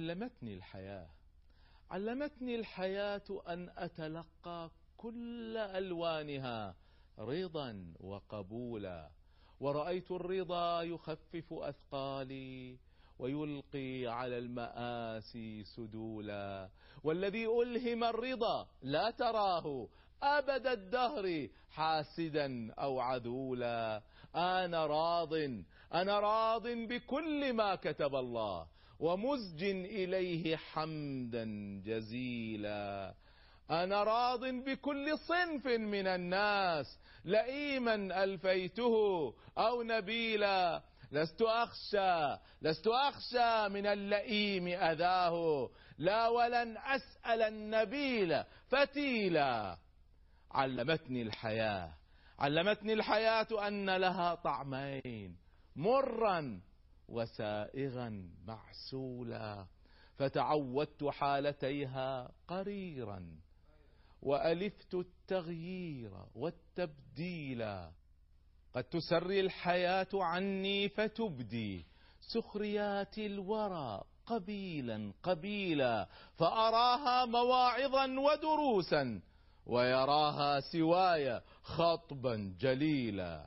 علمتني الحياة، علمتني الحياة أن أتلقى كل ألوانها رضا وقبولا، ورأيت الرضا يخفف أثقالي ويلقي على المآسي سدولا، والذي ألهم الرضا لا تراه أبد الدهر حاسدا أو عذولا. أنا راض بكل ما كتب الله، ومزج إليه حمدا جزيلا. أنا راض بكل صنف من الناس، لئيما ألفيته أو نبيلا. لست أخشى من اللئيم أذاه، لا ولن أسأل النبيل فتيلا. علمتني الحياة أن لها طعمين، مرا وسائغا معسولا، فتعودت حالتيها قريرا، وألفت التغيير والتبديلا. قد تسري الحياة عني فتبدي سخريات الورى قبيلا قبيلا، فأراها مواعظا ودروسا، ويراها سواي خطبا جليلا.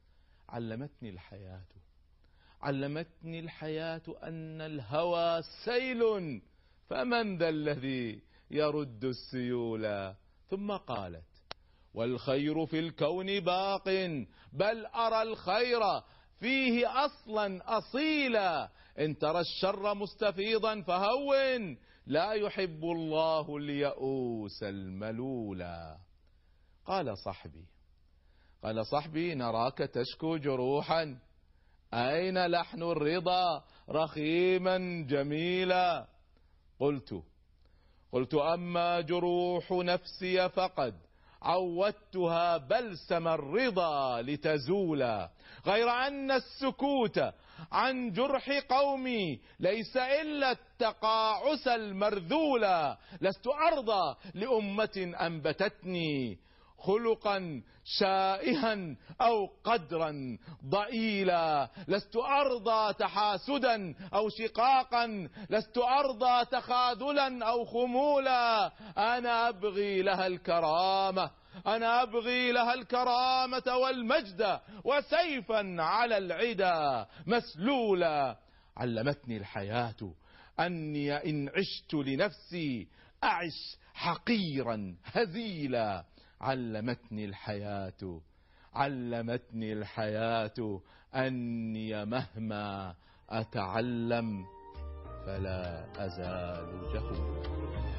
علمتني الحياة أن الهوى سيل، فمن ذا الذي يرد السيولا. ثم قالت: والخير في الكون باق، بل أرى الخير فيه أصلا أصيلا. إن ترى الشر مستفيضا فهون، لا يحب الله اليئوس الملولا. قال صحبي: نراك تشكو جروحا، أين لحن الرضا رخيما جميلا. قلت أما جروح نفسي فقد عودتها بلسم الرضا لتزولا، غير أن السكوت عن جرح قومي ليس إلا التقاعس المرذولا. لست أرضى لأمة أنبتتني خلقا شائها أو قدرا ضئيلا. لست أرضى تحاسدا أو شقاقا، لست أرضى تخاذلا أو خمولا. أنا أبغي لها الكرامة والمجد، وسيفا على العدا مسلولا. علمتني الحياة أني إن عشت لنفسي أعش حقيرا هزيلا. علمتني الحياة أني مهما أتعلم فلا أزال جهولا.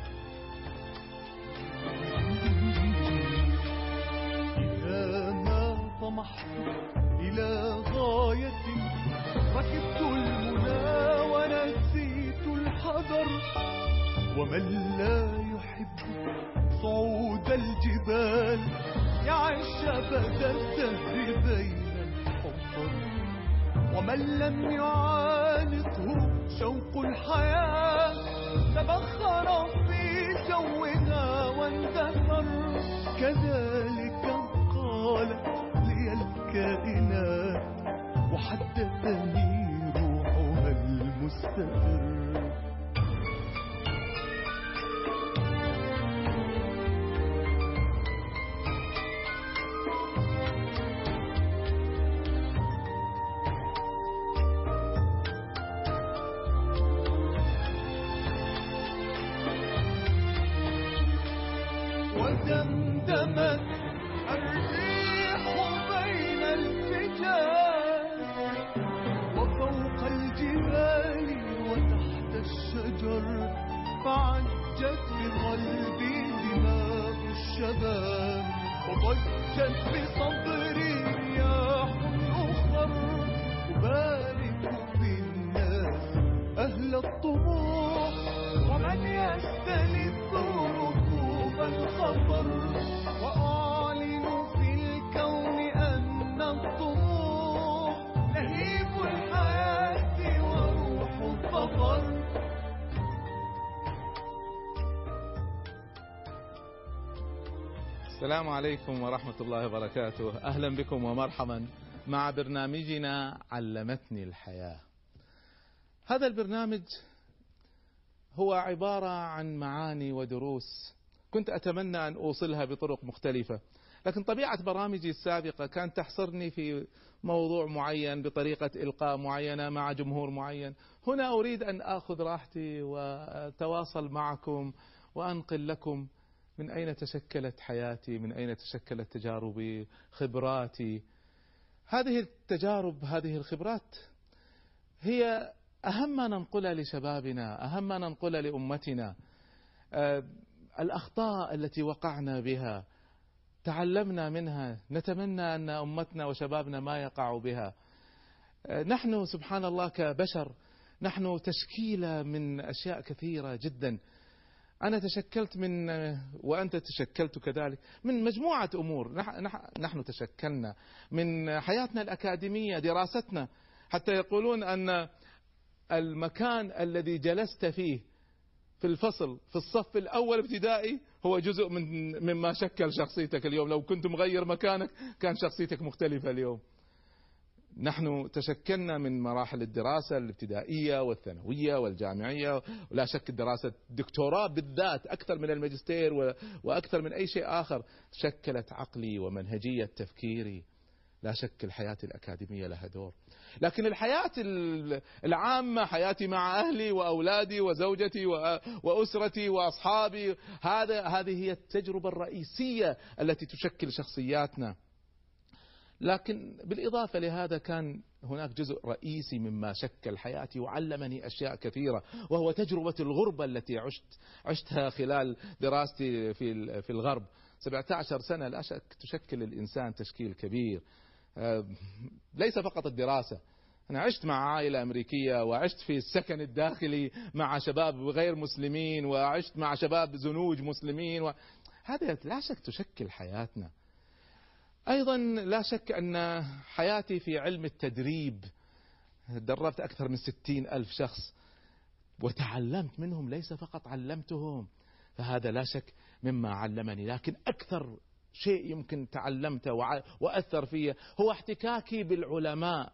إذا ما طمحت إلى غاية، ركبت المنى ونسيت الحذر، ومن لا يحب صعود الجبال يعيش أبد الدهر بين الحفر، ومن لم يعانقه شوق الحياة تبخر في جوها واندثر. كذلك قالت لي الكائنات، وحدثني روحها المستقر. ودمدمت الريح بين الفجار، وفوق الجبال وتحت الشجر، فعجت بقلبي دماء الشباب، وضجت بصدري رياح أخر. أبارك في الناس أهل الطموح، ومن يستلذ ركوب الخطر، وأعلن في الكون أن الطموح لهيب الحياة وروح الظفر. السلام عليكم ورحمة الله وبركاته. أهلا بكم ومرحبا مع برنامجنا علمتني الحياة. هذا البرنامج هو عبارة عن معاني ودروس كنت أتمنى أن أوصلها بطرق مختلفة، لكن طبيعة برامجي السابقة كانت تحصرني في موضوع معين بطريقة إلقاء معينة مع جمهور معين. هنا أريد أن آخذ راحتي وأتواصل معكم وأنقل لكم من أين تشكلت حياتي، من أين تشكلت تجاربي، خبراتي. هذه التجارب، هذه الخبرات هي أهم ما ننقلها لشبابنا، أهم ما ننقلها لأمتنا. الأخطاء التي وقعنا بها تعلمنا منها، نتمنى أن أمتنا وشبابنا ما يقعوا بها. نحن سبحان الله كبشر نحن تشكيلة من أشياء كثيرة جدا. أنا تشكلت من، وأنت تشكلت كذلك، من مجموعة أمور. نحن تشكلنا من حياتنا الأكاديمية، دراستنا، حتى يقولون أن المكان الذي جلست فيه في الفصل في الصف الأول ابتدائي هو جزء مما شكل شخصيتك اليوم. لو كنت مغير مكانك كان شخصيتك مختلفة اليوم. نحن تشكلنا من مراحل الدراسة الابتدائية والثانوية والجامعية، ولا شك دراسة الدكتوراه بالذات أكثر من الماجستير وأكثر من أي شيء آخر شكلت عقلي ومنهجية تفكيري. لا شك الحياة الأكاديمية لها دور، لكن الحياة العامة، حياتي مع أهلي وأولادي وزوجتي وأسرتي وأصحابي، هذه هي التجربة الرئيسية التي تشكل شخصياتنا. لكن بالإضافة لهذا كان هناك جزء رئيسي مما شكل حياتي وعلمني أشياء كثيرة، وهو تجربة الغربة التي عشتها خلال دراستي في الغرب. 17 سنة لا شك تشكل الإنسان تشكيل كبير. ليس فقط الدراسة، أنا عشت مع عائلة أمريكية، وعشت في السكن الداخلي مع شباب غير مسلمين، وعشت مع شباب زنوج مسلمين، هذا لا شك تشكل حياتنا. أيضا لا شك أن حياتي في علم التدريب، دربت أكثر من 60,000 شخص وتعلمت منهم، ليس فقط علمتهم، فهذا لا شك مما علمني. لكن أكثر شيء يمكن تعلمته وأثر فيه هو احتكاكي بالعلماء.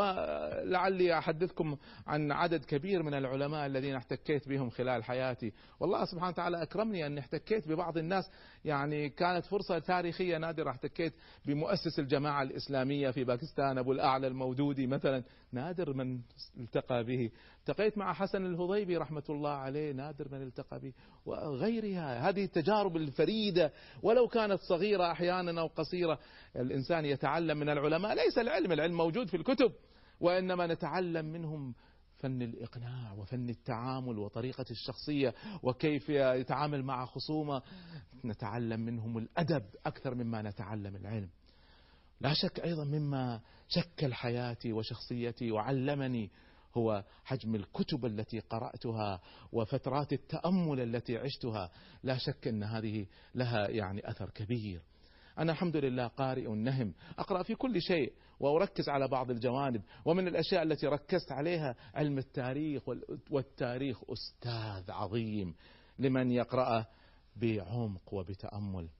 ولعلي أحدثكم عن عدد كبير من العلماء الذين احتكيت بهم خلال حياتي، والله سبحانه وتعالى أكرمني أن احتكيت ببعض الناس، يعني كانت فرصة تاريخية نادرة. احتكيت بمؤسس الجماعة الإسلامية في باكستان أبو الأعلى المودودي مثلا، نادر من التقى به. التقيت مع حسن الهضيبي رحمة الله عليه، نادر من التقى به، وغيرها. هذه التجارب الفريدة ولو كانت صغيرة أحيانا أو قصيرة، الإنسان يتعلم من العلماء. ليس العلم موجود في الكتب، وإنما نتعلم منهم فن الإقناع وفن التعامل وطريقة الشخصية وكيف يتعامل مع خصومه. نتعلم منهم الأدب أكثر مما نتعلم العلم. لا شك أيضا مما شكل حياتي وشخصيتي وعلمني هو حجم الكتب التي قرأتها وفترات التأمل التي عشتها. لا شك أن هذه لها يعني أثر كبير. أنا الحمد لله قارئ نهم، أقرأ في كل شيء وأركز على بعض الجوانب، ومن الأشياء التي ركزت عليها علم التاريخ، والتاريخ أستاذ عظيم لمن يقرأه بعمق وبتأمل.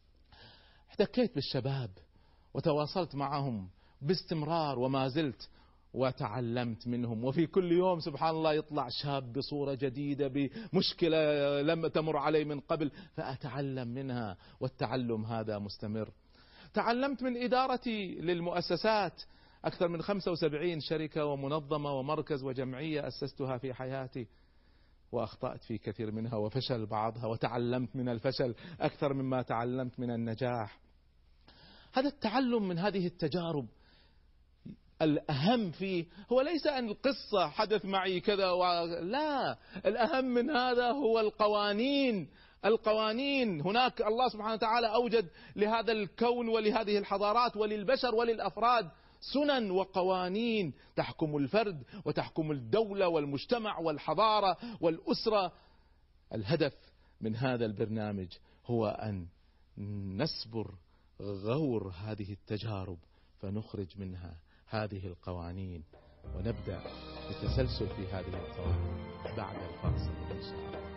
احتكيت بالشباب وتواصلت معهم باستمرار وما زلت، وتعلمت منهم. وفي كل يوم سبحان الله يطلع شاب بصورة جديدة بمشكلة لم تمر علي من قبل، فأتعلم منها، والتعلم هذا مستمر. تعلمت من إدارتي للمؤسسات، أكثر من 75 شركة ومنظمة ومركز وجمعية أسستها في حياتي، وأخطأت في كثير منها وفشل بعضها، وتعلمت من الفشل أكثر مما تعلمت من النجاح. هذا التعلم من هذه التجارب الأهم فيه هو ليس أن القصة حدث معي كذا لا، الأهم من هذا هو القوانين. هناك الله سبحانه وتعالى أوجد لهذا الكون ولهذه الحضارات وللبشر وللأفراد سنن وقوانين تحكم الفرد وتحكم الدولة والمجتمع والحضارة والأسرة. الهدف من هذا البرنامج هو أن نسبر غور هذه التجارب فنخرج منها هذه القوانين، ونبدأ التسلسل في هذه القوانين بعد الفاصل إن شاء الله.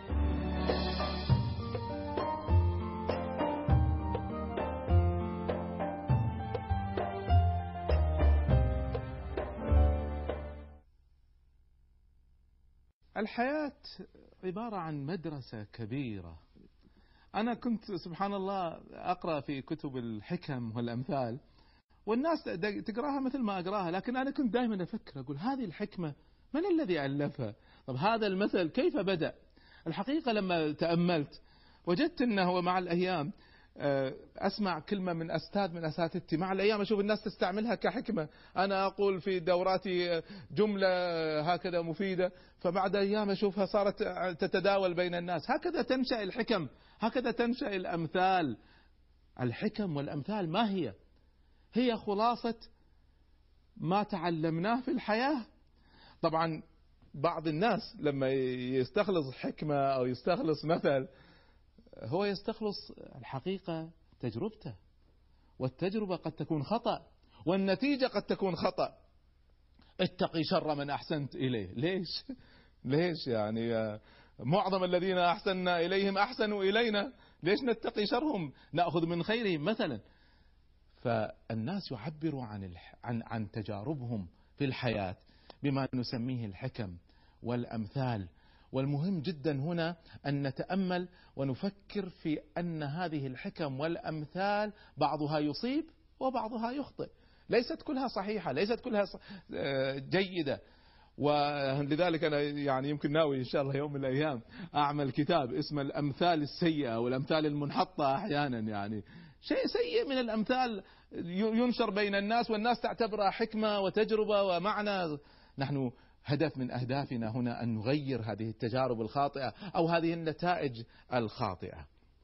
الحياة عبارة عن مدرسة كبيرة. أنا كنت سبحان الله أقرأ في كتب الحكم والأمثال، والناس تقرأها مثل ما أقرأها، لكن أنا كنت دائما أفكر أقول هذه الحكمة من الذي ألفها؟ طب هذا المثل كيف بدأ؟ الحقيقة لما تأملت وجدت أنه مع الأيام أسمع كلمة من أستاذ من أساتذتي، مع الأيام أشوف الناس تستعملها كحكمة. أنا أقول في دوراتي جملة هكذا مفيدة، فبعد أيام أشوفها صارت تتداول بين الناس. هكذا تنشأ الحكم، هكذا تنشأ الأمثال. الحكم والأمثال ما هي؟ هي خلاصة ما تعلمناه في الحياة. طبعا بعض الناس لما يستخلص حكمة أو يستخلص مثل، هو يستخلص الحقيقة تجربته، والتجربة قد تكون خطأ، والنتيجة قد تكون خطأ. اتقي شر من أحسنت إليه. ليش يعني معظم الذين أحسننا إليهم أحسنوا إلينا، ليش نتقي شرهم؟ نأخذ من خيرهم مثلا. فالناس يعبروا عن تجاربهم في الحياة بما نسميه الحكم والأمثال. والمهم جدا هنا أن نتأمل ونفكر في أن هذه الحكم والأمثال بعضها يصيب وبعضها يخطئ، ليست كلها صحيحة، ليست كلها جيدة. ولذلك أنا يعني يمكن ناوي إن شاء الله يوم من الأيام أعمل كتاب اسمه الأمثال السيئة والأمثال المنحطة. أحيانا يعني شيء سيء من الأمثال ينشر بين الناس والناس تعتبرها حكمة وتجربة ومعنى. نحن هدف من أهدافنا هنا أن نغير هذه التجارب الخاطئة أو هذه النتائج الخاطئة.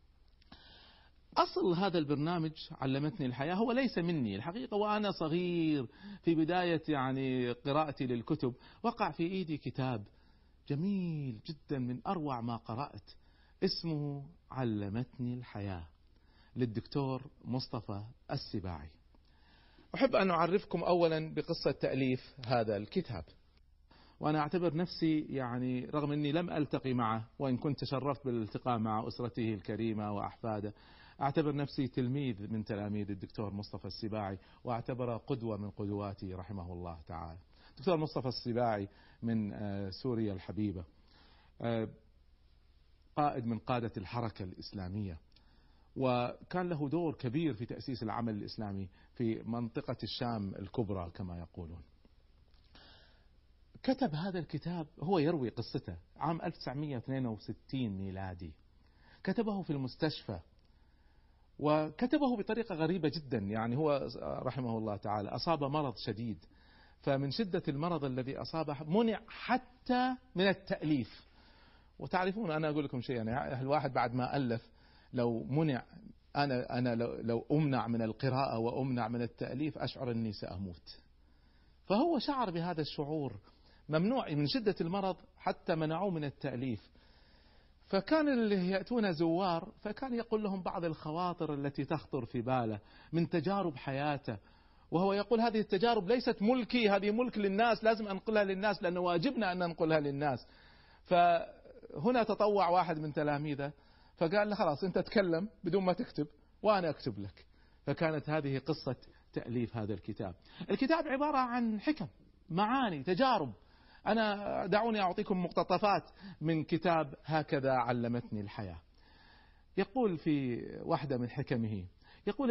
أصل هذا البرنامج علمتني الحياة هو ليس مني الحقيقة. وأنا صغير في بداية يعني قراءتي للكتب وقع في إيدي كتاب جميل جدا من أروع ما قرأت، اسمه علمتني الحياة للدكتور مصطفى السباعي. أحب أن أعرفكم أولا بقصة تأليف هذا الكتاب. وأنا أعتبر نفسي يعني رغم أني لم ألتقي معه، وإن كنت تشرفت بالالتقاء مع أسرته الكريمة وأحفاده، أعتبر نفسي تلميذ من تلاميذ الدكتور مصطفى السباعي، وأعتبره قدوة من قدواتي رحمه الله تعالى. الدكتور مصطفى السباعي من سوريا الحبيبة، قائد من قادة الحركة الإسلامية، وكان له دور كبير في تأسيس العمل الإسلامي في منطقة الشام الكبرى كما يقولون. كتب هذا الكتاب، هو يروي قصته عام 1962 ميلادي. كتبه في المستشفى، وكتبه بطريقة غريبة جدا. يعني هو رحمه الله تعالى أصاب مرض شديد، فمن شدة المرض الذي أصابه منع حتى من التأليف. وتعرفون أنا أقول لكم شيء، يعني الواحد بعد ما ألف لو منع، أنا لو أمنع من القراءة وأمنع من التأليف أشعر أني سأموت. فهو شعر بهذا الشعور، ممنوع من شدة المرض حتى منعوه من التأليف. فكان اللي يأتون زوار فكان يقول لهم بعض الخواطر التي تخطر في باله من تجارب حياته، وهو يقول هذه التجارب ليست ملكي، هذه ملك للناس، لازم أنقلها للناس لأنه واجبنا أن ننقلها للناس. فهنا تطوع واحد من تلاميذه فقال له خلاص أنت تكلم بدون ما تكتب وأنا أكتب لك. فكانت هذه قصة تأليف هذا الكتاب. الكتاب عبارة عن حكم، معاني، تجارب. أنا دعوني أعطيكم مقتطفات من كتاب هكذا علمتني الحياة. يقول في واحدة من حكمه، يقول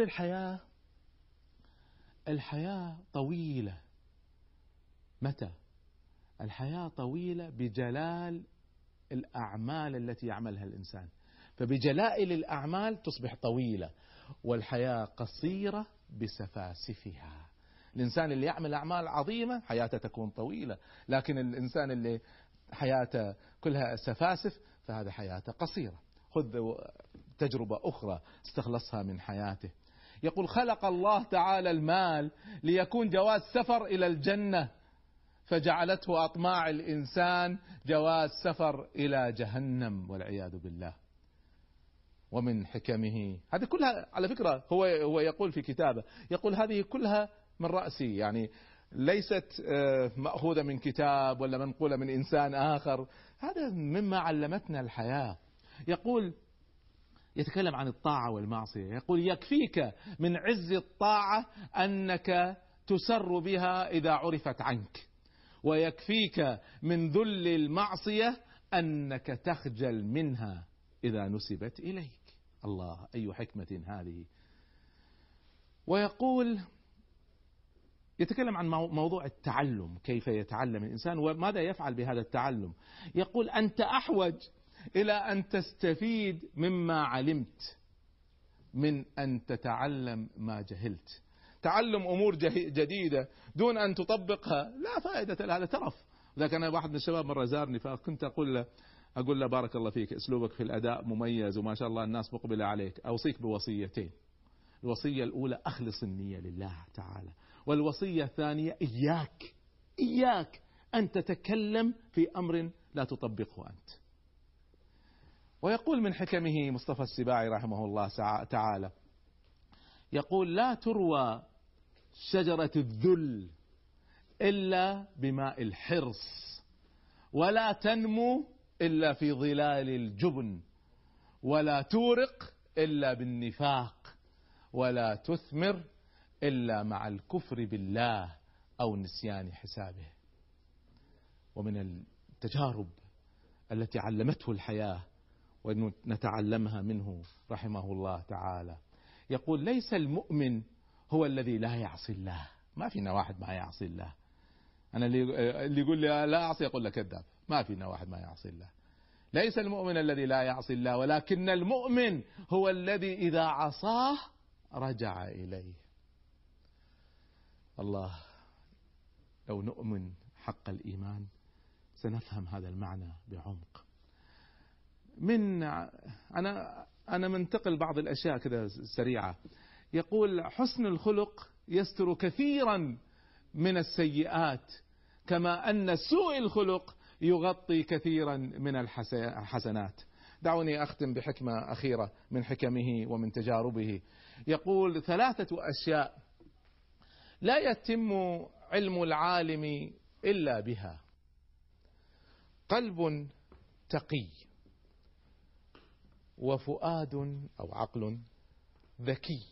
الحياة طويلة. متى؟ الحياة طويلة بجلال الأعمال التي يعملها الإنسان، فبجلائل الأعمال تصبح طويلة، والحياة قصيرة بسفاسفها. الإنسان اللي يعمل أعمال عظيمة حياته تكون طويلة، لكن الإنسان اللي حياته كلها سفاسف فهذا حياته قصيرة. خذ تجربة أخرى استخلصها من حياته. يقول خلق الله تعالى المال ليكون جواز سفر إلى الجنة، فجعلته أطماع الإنسان جواز سفر إلى جهنم والعياذ بالله. ومن حكمه هذه كلها على فكرة هو يقول في كتابه، يقول هذه كلها من رأسي، يعني ليست مأخوذة من كتاب ولا منقولة من إنسان آخر، هذا مما علمتنا الحياة. يقول يتكلم عن الطاعة والمعصية، يقول يكفيك من عز الطاعة أنك تسر بها إذا عرفت عنك، ويكفيك من ذل المعصية أنك تخجل منها إذا نسبت إليك. الله، أي حكمة هذه. ويقول، يتكلم عن موضوع التعلم، كيف يتعلم الإنسان وماذا يفعل بهذا التعلم. يقول: أنت أحوج إلى أن تستفيد مما علمت من أن تتعلم ما جهلت. تعلم أمور جديدة دون أن تطبقها لا فائدة لها، هذا ترف. لكن أنا واحد من الشباب مرة زارني، فكنت أقول له: بارك الله فيك، أسلوبك في الأداء مميز وما شاء الله الناس مقبلة عليك، أوصيك بوصيتين. الوصية الأولى: أخلص النية لله تعالى. والوصية الثانية: إياك أن تتكلم في أمر لا تطبقه أنت. ويقول من حكمه مصطفى السباعي رحمه الله تعالى، يقول: لا تروى شجرة الذل إلا بماء الحرص، ولا تنمو إلا في ظلال الجبن، ولا تورق إلا بالنفاق، ولا تثمر إلا مع الكفر بالله أو نسيان حسابه. ومن التجارب التي علمته الحياة ونتعلمها منه رحمه الله تعالى، يقول: ليس المؤمن هو الذي لا يعصي الله. ما فينا واحد ما يعصي الله. أنا اللي يقول لي لا أعصي أقول له كذاب. ما فينا واحد ما يعصي الله. ليس المؤمن الذي لا يعصي الله، ولكن المؤمن هو الذي إذا عصاه رجع إليه. الله، لو نؤمن حق الإيمان سنفهم هذا المعنى بعمق. أنا منتقل بعض الأشياء كذا سريعة. يقول: حسن الخلق يستر كثيرا من السيئات، كما أن سوء الخلق يغطي كثيرا من الحسنات. دعوني أختم بحكمة أخيرة من حكمه ومن تجاربه. يقول: 3 أشياء لا يتم علم العالم إلا بها: قلب تقي، وفؤاد أو عقل ذكي،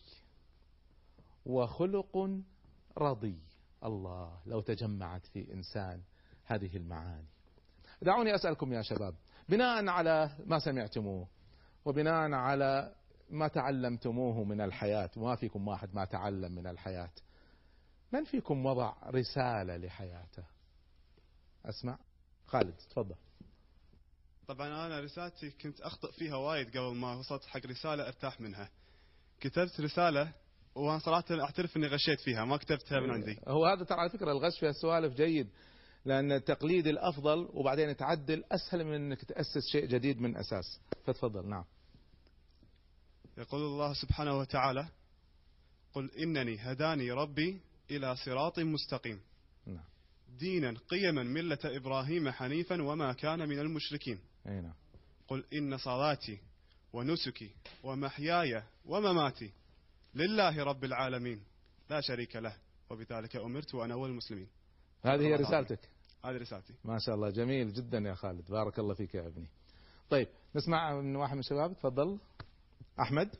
وخلق رضي. الله، لو تجمعت في إنسان هذه المعاني. دعوني أسألكم يا شباب، بناء على ما سمعتموه وبناء على ما تعلمتموه من الحياة، وما فيكم واحد ما تعلم من الحياة، من فيكم وضع رسالة لحياته؟ أسمع. خالد تفضل. طبعا أنا رسالتي كنت أخطئ فيها وايد قبل ما وصلت حق رسالة أرتاح منها. كتبت رسالة وأنا صراحة أعترف أني غشيت فيها، ما كتبتها من عندي. هو هذا ترى على فكرة الغش في السوالف جيد، لأن التقليد الأفضل وبعدين تعدل أسهل من أنك تأسس شيء جديد من أساس. فتفضل. نعم. يقول الله سبحانه وتعالى: قل إنني هداني ربي إلى صراط مستقيم نعم. دينا قيما ملة إبراهيم حنيفا وما كان من المشركين. نعم. قل إن صلاتي ونسكي ومحياي ومماتي لله رب العالمين لا شريك له وبذلك أمرت وأنا أول المسلمين. هذه هي رسالتك؟ هذه رسالتي. ما شاء الله، جميل جدا يا خالد، بارك الله فيك يا ابني. طيب نسمع من واحد من الشباب. تفضل أحمد.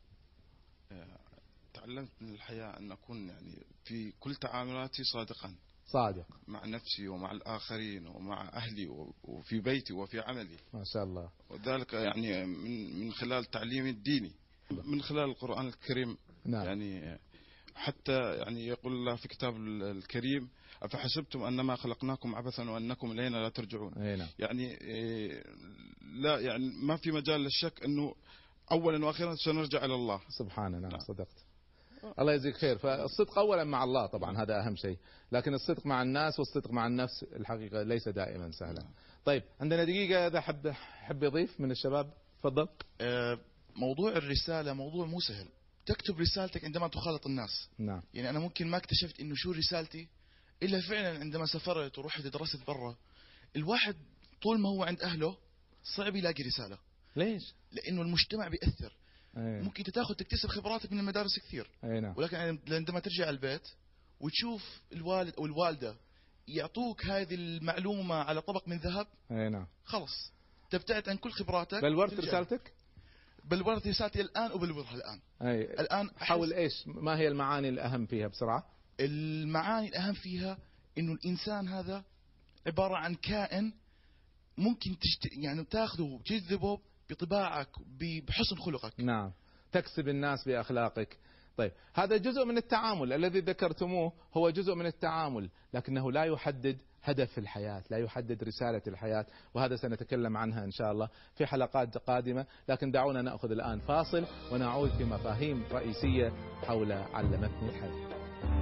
تعلمت من الحياة أن أكون يعني في كل تعاملاتي صادق مع نفسي ومع الآخرين ومع أهلي وفي بيتي وفي عملي. ما شاء الله. وذلك يعني من خلال تعليمي الديني، من خلال القرآن الكريم. نعم. يعني حتى يعني يقول الله في كتاب الكريم: أفحسبتم أنما خلقناكم عبثا وأنكم إلينا لا ترجعون. نعم. يعني لا، يعني ما في مجال للشك أنه أولا وأخيرا سنرجع إلى الله سبحانه. نعم صدقت. الله يجزيك خير. فالصدق أولا مع الله طبعا، هذا أهم شيء، لكن الصدق مع الناس والصدق مع النفس الحقيقة ليس دائما سهلا. طيب عندنا دقيقة، إذا حب يضيف من الشباب تفضل. موضوع الرسالة موضوع مو سهل. تكتب رسالتك عندما تخالط الناس. نعم. يعني أنا ممكن ما اكتشفت إنه شو رسالتي إلا فعلا عندما سافرت ورحت درست برا. الواحد طول ما هو عند أهله صعب يلاقي رسالة. ليش؟ لأنه المجتمع بيأثر. أيه. ممكن تكتسب خبراتك من المدارس كثير. نعم. ولكن عندما ترجع البيت وتشوف الوالد أو الوالدة يعطوك هذه المعلومة على طبق من ذهب، نعم، خلص تبتعد عن كل خبراتك. بلورت رسالتك؟ بلورت رسالتي الآن وبلورها الآن. أي. الآن حول إيش؟ ما هي المعاني الأهم فيها بسرعة؟ المعاني الأهم فيها إنه الإنسان هذا عبارة عن كائن ممكن يعني تاخذه وتجذبه بطباعك بحسن خلقك. نعم، تكسب الناس بأخلاقك. طيب هذا جزء من التعامل الذي ذكرتموه، هو جزء من التعامل، لكنه لا يحدد هدف الحياة، لا يحدد رسالة الحياة، وهذا سنتكلم عنها إن شاء الله في حلقات قادمة. لكن دعونا نأخذ الآن فاصل ونعود في مفاهيم رئيسية حول علمتني الحياة.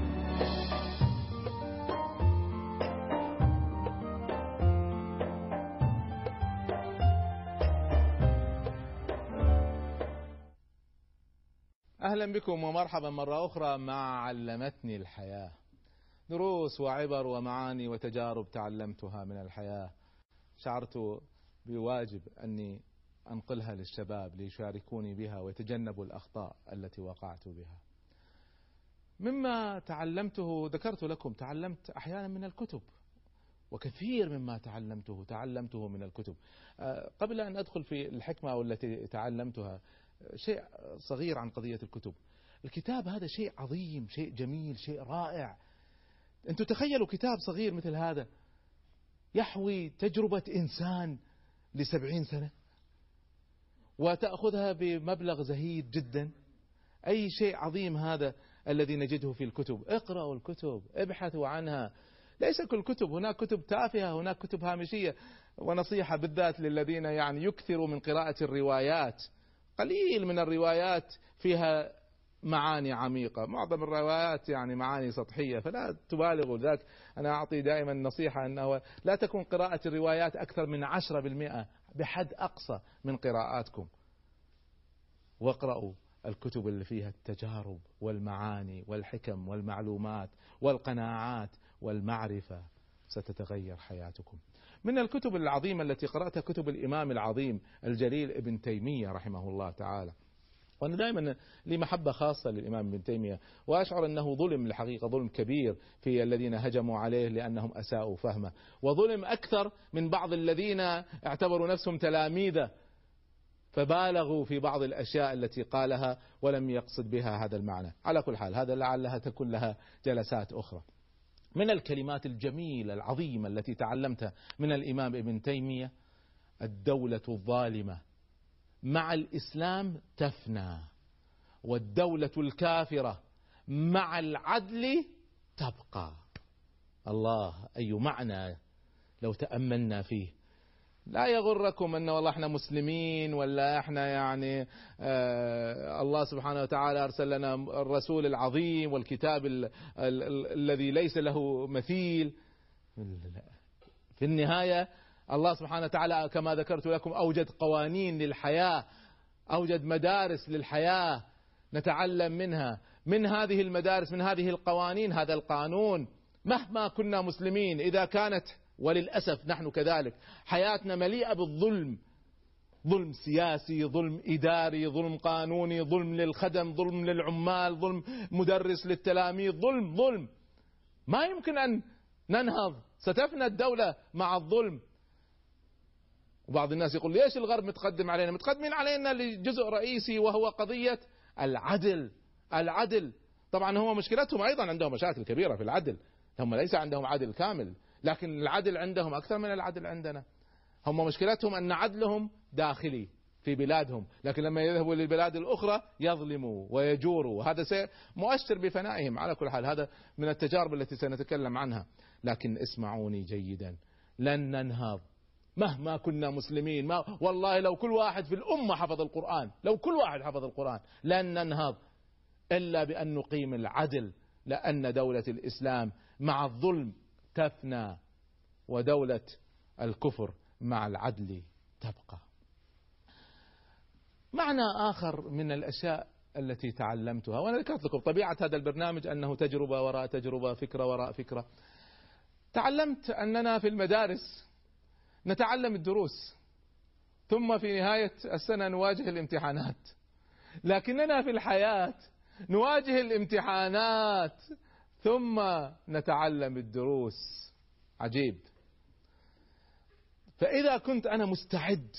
أهلا بكم ومرحبا مرة أخرى مع علمتني الحياة، دروس وعبر ومعاني وتجارب تعلمتها من الحياة، شعرت بواجب أني أنقلها للشباب ليشاركوني بها ويتجنبوا الأخطاء التي وقعت بها. مما تعلمته ذكرت لكم، تعلمت أحيانا من الكتب، وكثير مما تعلمته من الكتب. قبل أن أدخل في الحكمة والتي تعلمتها، شيء صغير عن قضية الكتب. الكتاب هذا شيء عظيم، شيء جميل، شيء رائع. أنتم تخيلوا كتاب صغير مثل هذا يحوي تجربة إنسان ل70 سنة وتأخذها بمبلغ زهيد جدا. أي شيء عظيم هذا الذي نجده في الكتب. اقرأوا الكتب، ابحثوا عنها. ليس كل كتب، هناك كتب تافهة، هناك كتب هامشية. ونصيحة بالذات للذين يعني يكثروا من قراءة الروايات، قليل من الروايات فيها معاني عميقة، معظم الروايات يعني معاني سطحية، فلا تبالغوا. ذاك أنا أعطي دائما نصيحة أنه لا تكون قراءة الروايات أكثر من 10% بحد أقصى من قراءاتكم، واقرأوا الكتب اللي فيها التجارب والمعاني والحكم والمعلومات والقناعات والمعرفة، ستتغير حياتكم. من الكتب العظيمة التي قرأتها كتب الإمام العظيم الجليل ابن تيمية رحمه الله تعالى. وأنا دائما لي محبة خاصة للإمام ابن تيمية، وأشعر أنه ظلم، الحقيقة ظلم كبير في الذين هجموا عليه لأنهم أساءوا فهمه، وظلم أكثر من بعض الذين اعتبروا نفسهم تلاميذه فبالغوا في بعض الأشياء التي قالها ولم يقصد بها هذا المعنى. على كل حال هذا لعلها تكون لها جلسات أخرى. من الكلمات الجميلة العظيمة التي تعلمتها من الإمام ابن تيمية: الدولة الظالمة مع الإسلام تفنى، والدولة الكافرة مع العدل تبقى. الله، أي معنى لو تأملنا فيه. لا يغركم أن والله احنا مسلمين، ولا احنا يعني الله سبحانه وتعالى أرسل لنا الرسول العظيم والكتاب الذي ليس له مثيل. في النهاية الله سبحانه وتعالى كما ذكرت لكم أوجد قوانين للحياة، أوجد مدارس للحياة نتعلم منها. من هذه المدارس، من هذه القوانين، هذا القانون، مهما كنا مسلمين إذا كانت، وللأسف نحن كذلك، حياتنا مليئة بالظلم، ظلم سياسي، ظلم إداري، ظلم قانوني، ظلم للخدم، ظلم للعمال، ظلم مدرس للتلاميذ، ظلم ما يمكن أن ننهض، ستفنى الدولة مع الظلم. وبعض الناس يقول ليش الغرب متقدم علينا؟ متقدمين علينا لجزء رئيسي وهو قضية العدل. طبعا هم مشكلتهم أيضا عندهم مشاكل كبيرة في العدل، هم ليس عندهم عدل كامل، لكن العدل عندهم أكثر من العدل عندنا. هم مشكلتهم أن عدلهم داخلي في بلادهم، لكن لما يذهبوا للبلاد الأخرى يظلموا ويجوروا، وهذا مؤشر بفنائهم. على كل حال هذا من التجارب التي سنتكلم عنها. لكن اسمعوني جيدا، لن ننهض مهما كنا مسلمين. والله لو كل واحد في الأمة حفظ القرآن، لن ننهض إلا بأن نقيم العدل، لأن دولة الإسلام مع الظلم تفنى، ودولة الكفر مع العدل تبقى. معنى آخر من الأشياء التي تعلمتها، وأنا ذكرت لكم طبيعة هذا البرنامج أنه تجربة وراء تجربة، فكرة وراء فكرة. تعلمت أننا في المدارس نتعلم الدروس، ثم في نهاية السنة نواجه الامتحانات، لكننا في الحياة نواجه الامتحانات ثم نتعلم الدروس. عجيب. فإذا كنت أنا مستعد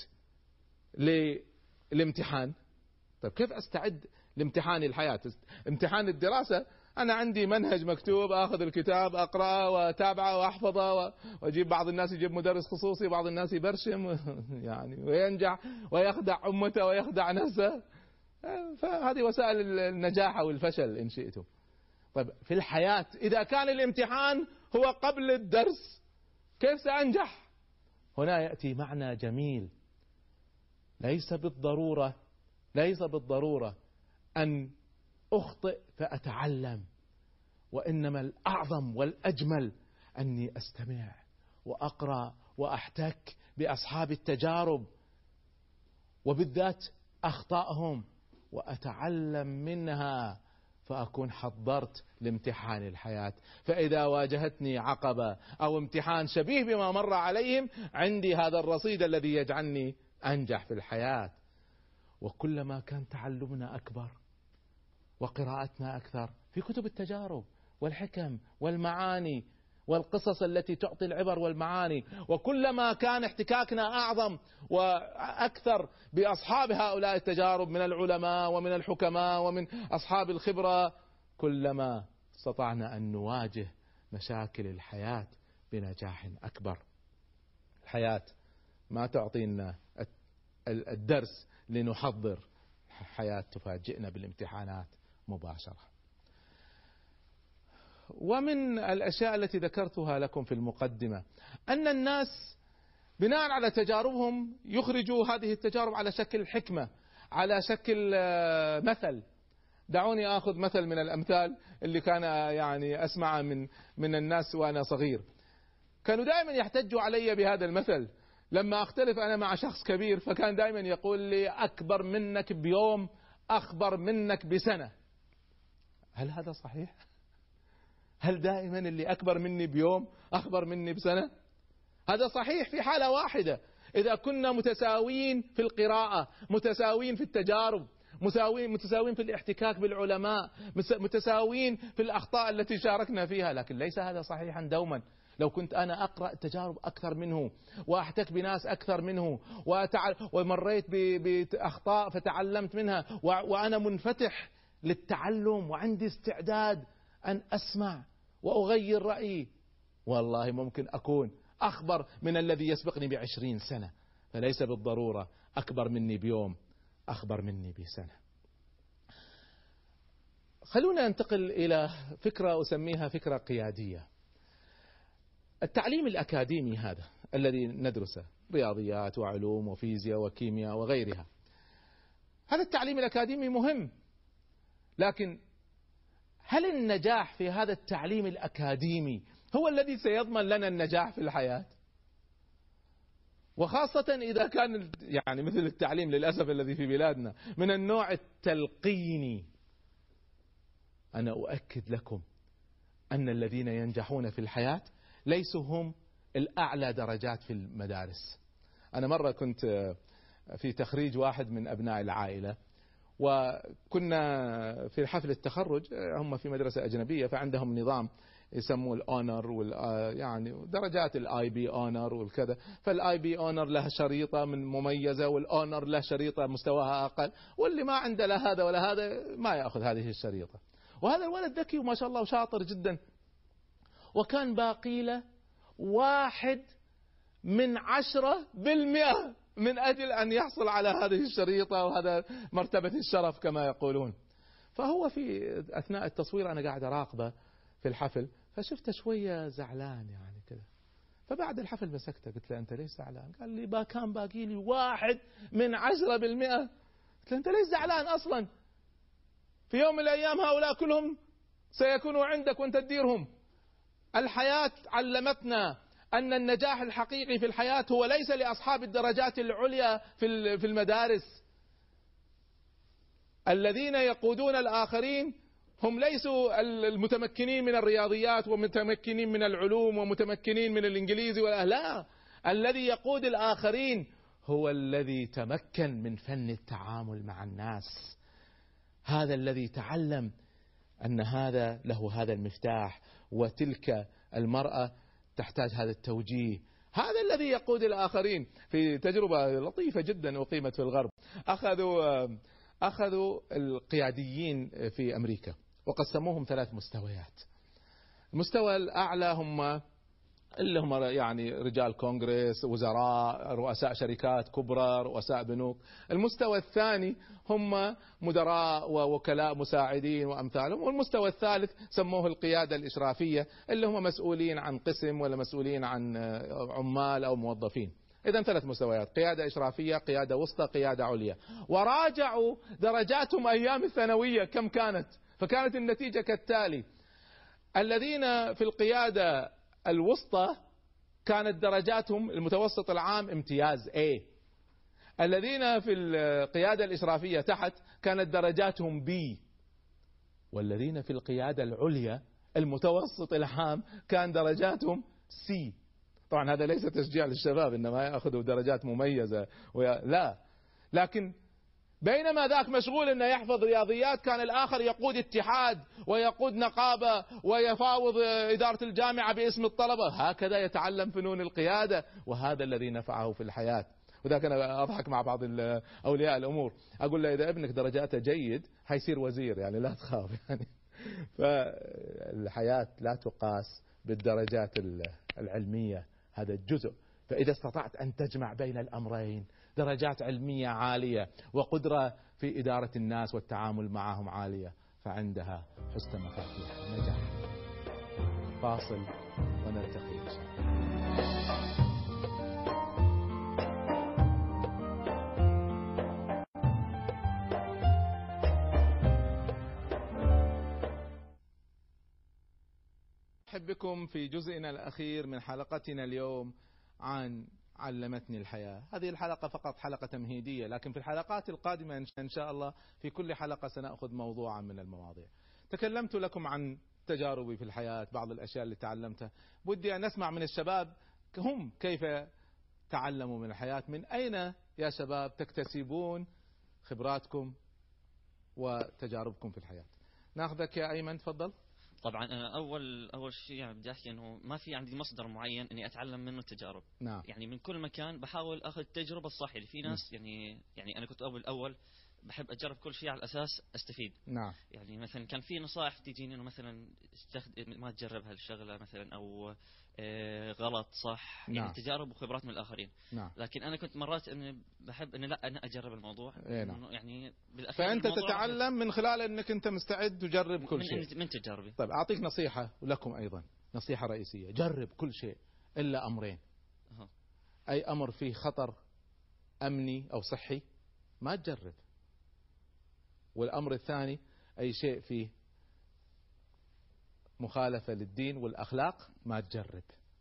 للامتحان، طيب كيف أستعد لامتحان الحياة؟ امتحان الدراسة أنا عندي منهج مكتوب، أخذ الكتاب أقرأه وأتابعه وأحفظه، وأجيب بعض الناس يجيب مدرس خصوصي، بعض الناس يبرشم يعني وينجح ويخدع أمته ويخدع نفسه. فهذه وسائل النجاح أو الفشل إن شئتم. طيب في الحياة إذا كان الامتحان هو قبل الدرس كيف سأنجح؟ هنا يأتي معنى جميل. ليس بالضرورة أن أخطئ فأتعلم، وإنما الأعظم والأجمل أني أستمع وأقرأ وأحتك بأصحاب التجارب وبالذات أخطائهم وأتعلم منها، فأكون حضرت لامتحان الحياة. فإذا واجهتني عقبة أو امتحان شبيه بما مر عليهم، عندي هذا الرصيد الذي يجعلني أنجح في الحياة. وكلما كان تعلمنا أكبر وقراءتنا أكثر في كتب التجارب والحكم والمعاني والقصص التي تعطي العبر والمعاني، وكلما كان احتكاكنا أعظم وأكثر بأصحاب هؤلاء التجارب من العلماء ومن الحكماء ومن أصحاب الخبرة، كلما استطعنا أن نواجه مشاكل الحياة بنجاح أكبر. الحياة ما تعطينا الدرس لنحضر، الحياة تفاجئنا بالامتحانات مباشرة. ومن الأشياء التي ذكرتها لكم في المقدمة أن الناس بناء على تجاربهم يخرجوا هذه التجارب على شكل حكمة، على شكل مثل. دعوني أخذ مثل من الأمثال اللي كان يعني أسمع من الناس وأنا صغير. كانوا دائما يحتجوا علي بهذا المثل لما أختلف أنا مع شخص كبير، فكان دائما يقول لي أكبر منك بيوم أخبر منك بسنة. هل هذا صحيح؟ هل دائما اللي أكبر مني بيوم أخبر مني بسنة؟ هذا صحيح في حالة واحدة، إذا كنا متساويين في القراءة، متساويين في التجارب، متساويين في الاحتكاك بالعلماء، متساويين في الأخطاء التي شاركنا فيها. لكن ليس هذا صحيحا دوما. لو كنت أنا أقرأ تجارب أكثر منه وأحتك بناس أكثر منه ومريت بأخطاء فتعلمت منها، وأنا منفتح للتعلم وعندي استعداد أن أسمع وأغير رأيي، والله ممكن أكون أخبر من الذي يسبقني ب20 سنة. فليس بالضرورة أكبر مني بيوم أخبر مني بسنة. خلونا ننتقل إلى فكرة أسميها فكرة قيادية. التعليم الأكاديمي هذا الذي ندرسه، رياضيات وعلوم وفيزياء وكيمياء وغيرها، هذا التعليم الأكاديمي مهم، لكن هل النجاح في هذا التعليم الأكاديمي هو الذي سيضمن لنا النجاح في الحياة؟ وخاصة إذا كان يعني مثل التعليم للأسف الذي في بلادنا من النوع التلقيني. أنا أؤكد لكم أن الذين ينجحون في الحياة ليسوا هم الأعلى درجات في المدارس. أنا مرة كنت في تخريج واحد من أبناء العائلة، وكنا في حفل التخرج، هم في مدرسة أجنبية فعندهم نظام يسموه الأونر يعني درجات الآي بي أونر والكذا. فالآي بي أونر له شريطة من مميزة، والأونر له شريطة مستواها أقل، واللي ما عنده لا هذا ولا هذا ما يأخذ هذه الشريطة. وهذا الولد ذكي وما شاء الله وشاطر جدا، وكان باقي له 1/10% من أجل أن يحصل على هذه الشريطة وهذا مرتبة الشرف كما يقولون. فهو في أثناء التصوير أنا قاعد أراقبه في الحفل، فشفته شوية زعلان يعني كذا. فبعد الحفل مسكته قلت له أنت ليش زعلان؟ قال لي كان باقي لي 1/10%. قلت له أنت ليش زعلان أصلا؟ في يوم من الأيام هؤلاء كلهم سيكونوا عندك وأنت تديرهم. الحياة علمتنا أن النجاح الحقيقي في الحياة هو ليس لأصحاب الدرجات العليا في المدارس. الذين يقودون الآخرين هم ليسوا المتمكنين من الرياضيات ومتمكنين من العلوم ومتمكنين من الإنجليزي لا، الذي يقود الآخرين هو الذي تمكن من فن التعامل مع الناس. هذا الذي تعلم أن هذا له هذا المفتاح وتلك المرأة تحتاج هذا التوجيه. هذا الذي يقود الآخرين. في تجربة لطيفة جدا أقيمت في الغرب، أخذوا القياديين في أمريكا وقسموهم 3 مستويات. المستوى الأعلى هم اللي هم يعني رجال كونغرس، وزراء، رؤساء شركات كبرى، رؤساء بنوك. المستوى الثاني هم مدراء ووكلاء مساعدين وأمثالهم. والمستوى الثالث سموه القيادة الإشرافية، اللي هم مسؤولين عن قسم ولا مسؤولين عن عمال أو موظفين. إذن 3 مستويات: قيادة إشرافية، قيادة وسطى، قيادة عليا. وراجعوا درجاتهم أيام الثانوية كم كانت، فكانت النتيجة كالتالي: الذين في القيادة الوسطى كانت درجاتهم المتوسط العام امتياز A. الذين في القيادة الإشرافية تحت كانت درجاتهم B. والذين في القيادة العليا المتوسط العام كان درجاتهم C. طبعا هذا ليس تشجيع للشباب إنما يأخذوا درجات مميزة لا، لكن بينما ذاك مشغول انه يحفظ رياضيات، كان الاخر يقود اتحاد ويقود نقابة ويفاوض ادارة الجامعة باسم الطلبة. هكذا يتعلم فنون القيادة، وهذا الذي نفعه في الحياة. وذاك انا اضحك مع بعض اولياء الامور، اقول له اذا ابنك درجاته جيد حيصير وزير، يعني لا تخاف يعني. فالحياة لا تقاس بالدرجات العلمية، هذا جزء. فإذا استطعت أن تجمع بين الأمرين، درجات علمية عالية وقدرة في إدارة الناس والتعامل معهم عالية، فعندها حسن مفاتيح النجاح. فاصل ونلتقي إن شاء الله. أرحب بكم في جزئنا الأخير من حلقتنا اليوم عن علمتني الحياة. هذه الحلقة فقط حلقة تمهيدية، لكن في الحلقات القادمة إن شاء الله في كل حلقة سنأخذ موضوعا من المواضيع. تكلمت لكم عن تجاربي في الحياة، بعض الأشياء اللي تعلمتها. بدي أن أسمع من الشباب هم كيف تعلموا من الحياة. من أين يا شباب تكتسبون خبراتكم وتجاربكم في الحياة؟ ناخذك يا أيمن، تفضل. طبعا انا اول شيء يعني بدي احكي انه ما في عندي مصدر معين اني اتعلم منه التجارب. نعم. يعني من كل مكان بحاول اخذ التجربه الصح. يعني في ناس يعني انا كنت اول بحب اجرب كل شيء على اساس استفيد. نعم. يعني مثلا كان في نصائح تجيني انه مثلا ما تجرب هالشغله مثلا، او غلط صح. نعم. يعني تجارب وخبرات من الاخرين. نعم. لكن انا كنت مرات اني بحب اني لا انا اجرب الموضوع. نعم. يعني بالاخير فانت تتعلم من خلال انك انت مستعد تجرب كل شيء من تجاربي. طيب اعطيك نصيحة ولكم ايضا نصيحة رئيسية: جرب كل شيء الا امرين. اي امر فيه خطر امني او صحي ما تجرب، والامر الثاني اي شيء فيه مخالفة للدين والاخلاق ما تجرب.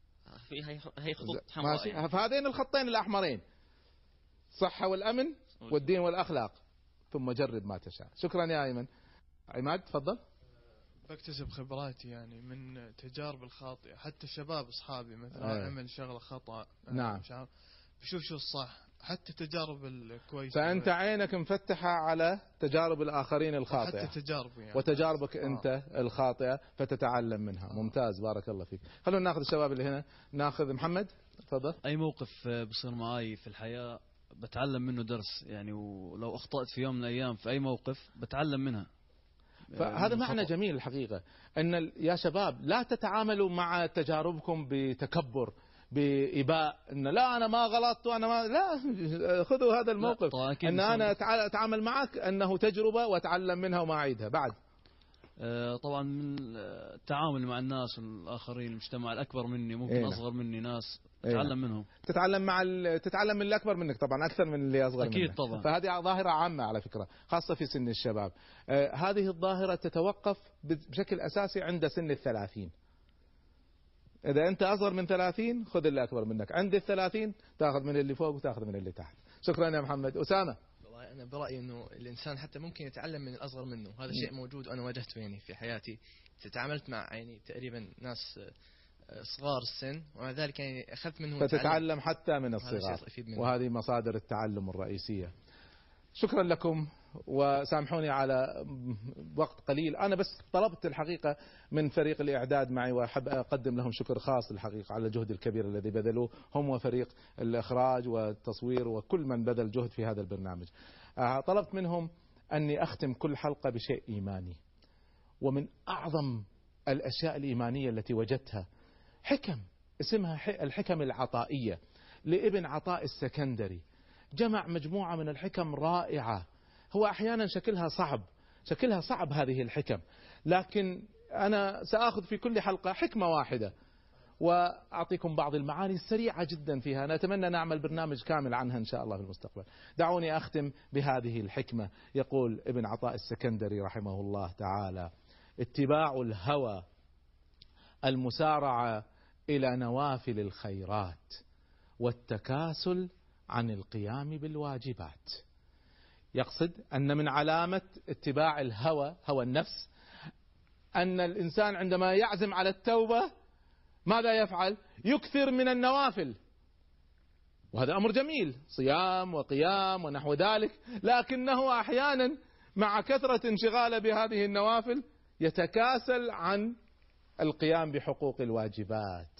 هي خطوط حمراء يعني. فهذين الخطين الاحمرين: صحة والامن والدين والاخلاق، ثم جرب ما تشاء. شكرا يا ايمن. عماد تفضل. بكتسب خبراتي يعني من تجارب الخاطئة. حتى الشباب اصحابي مثلا عمل شغلة خطأ، نعم، بشوف شو الصح، حتى تجارب الكويسة. فأنت عينك مفتحة على تجارب الآخرين الخاطئة، حتى تجاربي يعني. وتجاربك أنت الخاطئة فتتعلم منها. ممتاز، بارك الله فيك. خلونا ناخذ الشباب اللي هنا. ناخذ محمد تفضل. أي موقف بصير معي في الحياة بتعلم منه درس يعني، ولو أخطأت في يوم من الأيام في أي موقف بتعلم منها. فهذا معنى جميل الحقيقة، أن يا شباب لا تتعاملوا مع تجاربكم بتكبر، بإباء، أن لا أنا ما غلطت وأنا ما، لا، خذوا هذا الموقف أن أنا أتعامل معك أنه تجربة وأتعلم منها وما أعيدها. بعد طبعا من التعامل مع الناس والآخرين، المجتمع الأكبر مني ممكن أصغر مني ناس تتعلم منهم. تتعلم من اللي أكبر منك طبعا أكثر من اللي أصغر منك. أكيد طبعا. فهذه ظاهرة عامة على فكرة، خاصة في سن الشباب. هذه الظاهرة تتوقف بشكل أساسي عند سن 30. إذا أنت أصغر من 30 خذ اللي أكبر منك، عند 30 تأخذ من اللي فوق وتأخذ من اللي تحت. شكرا يا محمد. أسامة. أنا برأيي أنه الإنسان حتى ممكن يتعلم من الأصغر منه، هذا شيء موجود وأنا واجهته يعني في حياتي. تعاملت مع يعني تقريبا ناس صغار السن، ومع ذلك يعني أخذت منهم فتتعلم حتى من الصغار، وهذه مصادر التعلم الرئيسية. شكرا لكم، وسامحوني على وقت قليل. أنا بس طلبت الحقيقة من فريق الإعداد معي، وأحب أقدم لهم شكر خاص الحقيقة على الجهد الكبير الذي بذلوه هم وفريق الإخراج والتصوير وكل من بذل جهد في هذا البرنامج. طلبت منهم أني أختم كل حلقة بشيء إيماني، ومن أعظم الأشياء الإيمانية التي وجدتها حكم اسمها الحكم العطائية لابن عطاء السكندري. جمع مجموعة من الحكم رائعة. هو أحيانا شكلها صعب هذه الحكم، لكن أنا سأخذ في كل حلقة حكمة واحدة وأعطيكم بعض المعاني السريعة جدا فيها. أنا أتمنى نعمل برنامج كامل عنها إن شاء الله في المستقبل. دعوني أختم بهذه الحكمة. يقول ابن عطاء السكندري رحمه الله تعالى: اتباع الهوى المسارعة إلى نوافل الخيرات والتكاسل عن القيام بالواجبات. يقصد أن من علامة اتباع الهوى، هوى النفس، أن الإنسان عندما يعزم على التوبة ماذا يفعل؟ يكثر من النوافل، وهذا أمر جميل، صيام وقيام ونحو ذلك، لكنه أحيانا مع كثرة انشغاله بهذه النوافل يتكاسل عن القيام بحقوق الواجبات،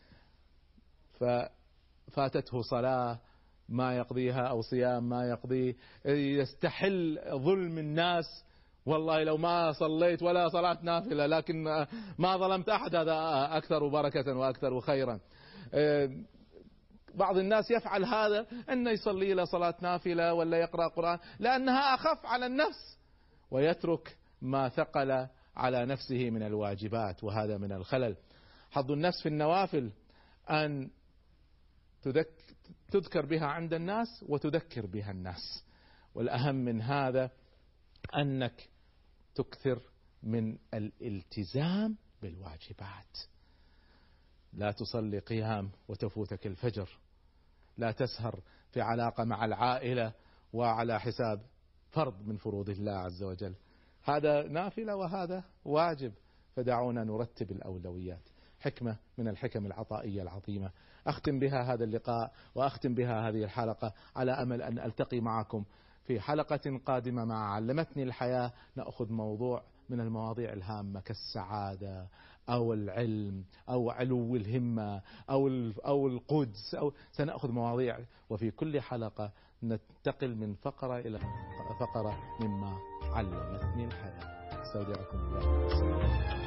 ففاتته صلاة ما يقضيها أو صيام ما يقضيه، يستحل ظلم الناس. والله لو ما صليت ولا صلاة نافلة لكن ما ظلمت أحد، هذا أكثر بركة وأكثر خيرا. بعض الناس يفعل هذا، أنه يصلي له صلاة نافلة ولا يقرأ قرآن لأنها أخف على النفس، ويترك ما ثقل على نفسه من الواجبات، وهذا من الخلل. حظ النفس في النوافل أن تذكر بها عند الناس وتذكر بها الناس، والأهم من هذا أنك تكثر من الالتزام بالواجبات. لا تصلي قيام وتفوتك الفجر، لا تسهر في علاقة مع العائلة وعلى حساب فرض من فروض الله عز وجل، هذا نافلة وهذا واجب. فدعونا نرتب الأولويات. حكمة من الحكم العطائية العظيمة أختم بها هذا اللقاء وأختم بها هذه الحلقة، على أمل أن ألتقي معكم في حلقة قادمة مع علمتني الحياة. نأخذ موضوع من المواضيع الهامة كالسعادة أو العلم أو علو الهمة أو القدس، أو سنأخذ مواضيع، وفي كل حلقة ننتقل من فقرة إلى فقرة مما علمتني الحياة. استودعكم الله.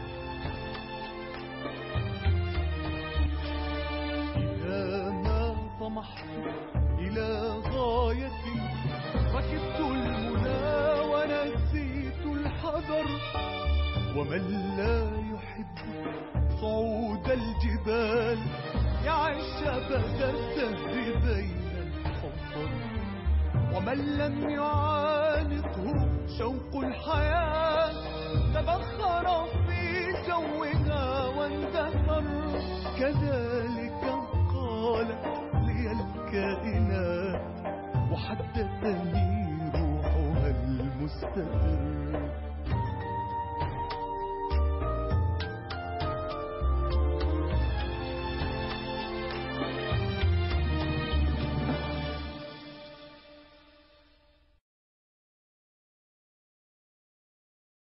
إذا ما طمحت إلى غاية ركبت المنى ونسيت الحذر، ومن لا يحب صعود الجبال يعيش أبد الدهر بين الحفر، ومن لم يعانقه شوق الحياة تبخر في جوها واندثر. كذلك قالت لي الكائنات وحدثني روحها المستقيم.